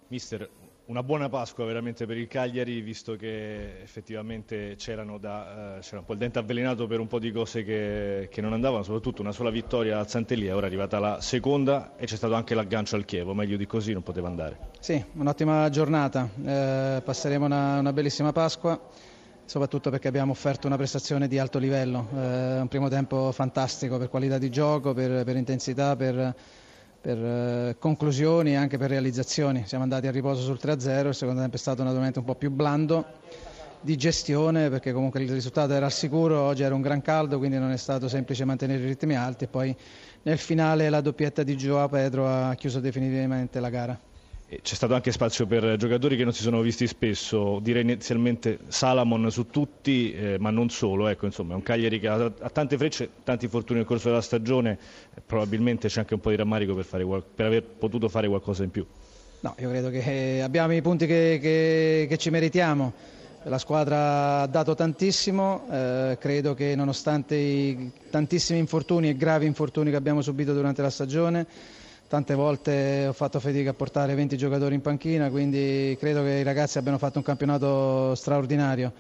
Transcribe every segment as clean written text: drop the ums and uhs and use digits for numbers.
Mister, una buona Pasqua veramente per il Cagliari, visto che effettivamente c'era un po' il dente avvelenato per un po' di cose che non andavano, soprattutto una sola vittoria al Sant'Elia, ora è arrivata la seconda e c'è stato anche l'aggancio al Chievo, meglio di così non poteva andare. Sì, un'ottima giornata, passeremo una bellissima Pasqua, soprattutto perché abbiamo offerto una prestazione di alto livello, un primo tempo fantastico per qualità di gioco, per intensità, per conclusioni e anche per realizzazioni. Siamo andati a riposo sul 3-0, il secondo tempo è stato naturalmente un po' più blando di gestione perché comunque il risultato era al sicuro, oggi era un gran caldo quindi non è stato semplice mantenere i ritmi alti e poi nel finale la doppietta di Joao Pedro ha chiuso definitivamente la gara. C'è stato anche spazio per giocatori che non si sono visti spesso, direi inizialmente Salamon su tutti, ma non solo, ecco, insomma, è un Cagliari che ha tante frecce, tanti infortuni nel corso della stagione, probabilmente c'è anche un po' di rammarico per aver potuto fare qualcosa in più. No, io credo che abbiamo i punti che ci meritiamo, la squadra ha dato tantissimo, credo che nonostante i tantissimi infortuni e gravi infortuni che abbiamo subito durante la stagione, tante volte ho fatto fatica a portare 20 giocatori in panchina, quindi credo che i ragazzi abbiano fatto un campionato straordinario.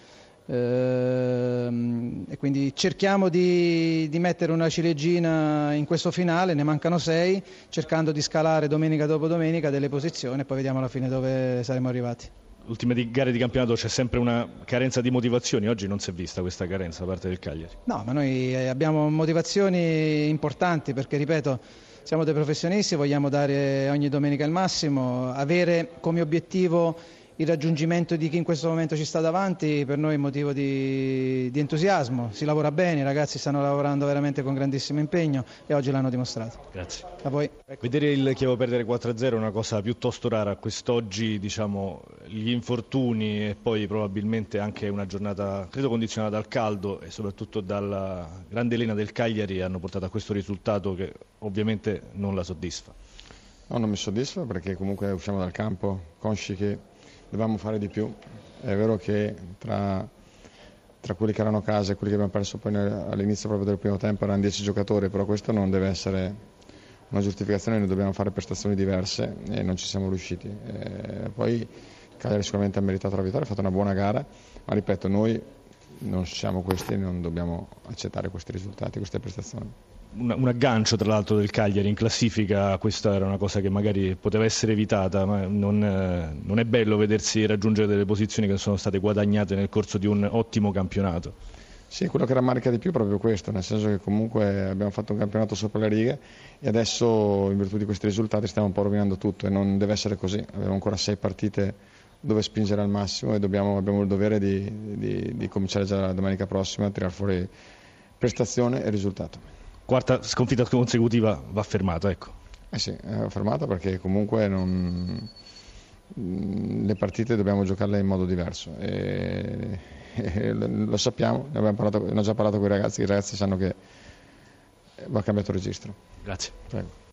E quindi cerchiamo di mettere una ciliegina in questo finale, ne mancano 6, cercando di scalare domenica dopo domenica delle posizioni e poi vediamo alla fine dove saremo arrivati. Ultime gare di campionato c'è sempre una carenza di motivazioni, oggi non si è vista questa carenza da parte del Cagliari. No, ma noi abbiamo motivazioni importanti perché, ripeto, siamo dei professionisti, vogliamo dare ogni domenica il massimo, avere come obiettivo il raggiungimento di chi in questo momento ci sta davanti per noi è motivo di entusiasmo, si lavora bene, i ragazzi stanno lavorando veramente con grandissimo impegno e oggi l'hanno dimostrato. Grazie. A voi. Vedere il Chievo perdere 4-0 è una cosa piuttosto rara, quest'oggi diciamo gli infortuni e poi probabilmente anche una giornata credo condizionata dal caldo e soprattutto dalla grande lena del Cagliari hanno portato a questo risultato che ovviamente non la soddisfa. No, non mi soddisfa perché comunque usciamo dal campo consci che dovevamo fare di più. È vero che tra quelli che erano a casa e quelli che abbiamo perso poi all'inizio proprio del primo tempo erano 10 giocatori, però questo non deve essere una giustificazione, noi dobbiamo fare prestazioni diverse e non ci siamo riusciti. Poi il Cagliari sicuramente ha meritato la vittoria, ha fatto una buona gara, ma ripeto, noi non siamo questi e non dobbiamo accettare questi risultati, queste prestazioni. Un aggancio tra l'altro del Cagliari in classifica, questa era una cosa che magari poteva essere evitata, ma non è bello vedersi raggiungere delle posizioni che sono state guadagnate nel corso di un ottimo campionato. Sì, quello che rammarica di più è proprio questo, nel senso che comunque abbiamo fatto un campionato sopra le righe e adesso in virtù di questi risultati stiamo un po' rovinando tutto e non deve essere così, abbiamo ancora 6 partite dove spingere al massimo e abbiamo il dovere di cominciare già la domenica prossima a tirare fuori prestazione e risultato. Quarta sconfitta consecutiva va fermata, ecco. Sì, va fermata perché comunque le partite dobbiamo giocarle in modo diverso e lo sappiamo, ne abbiamo già parlato con i ragazzi sanno che va cambiato registro. Grazie. Prego.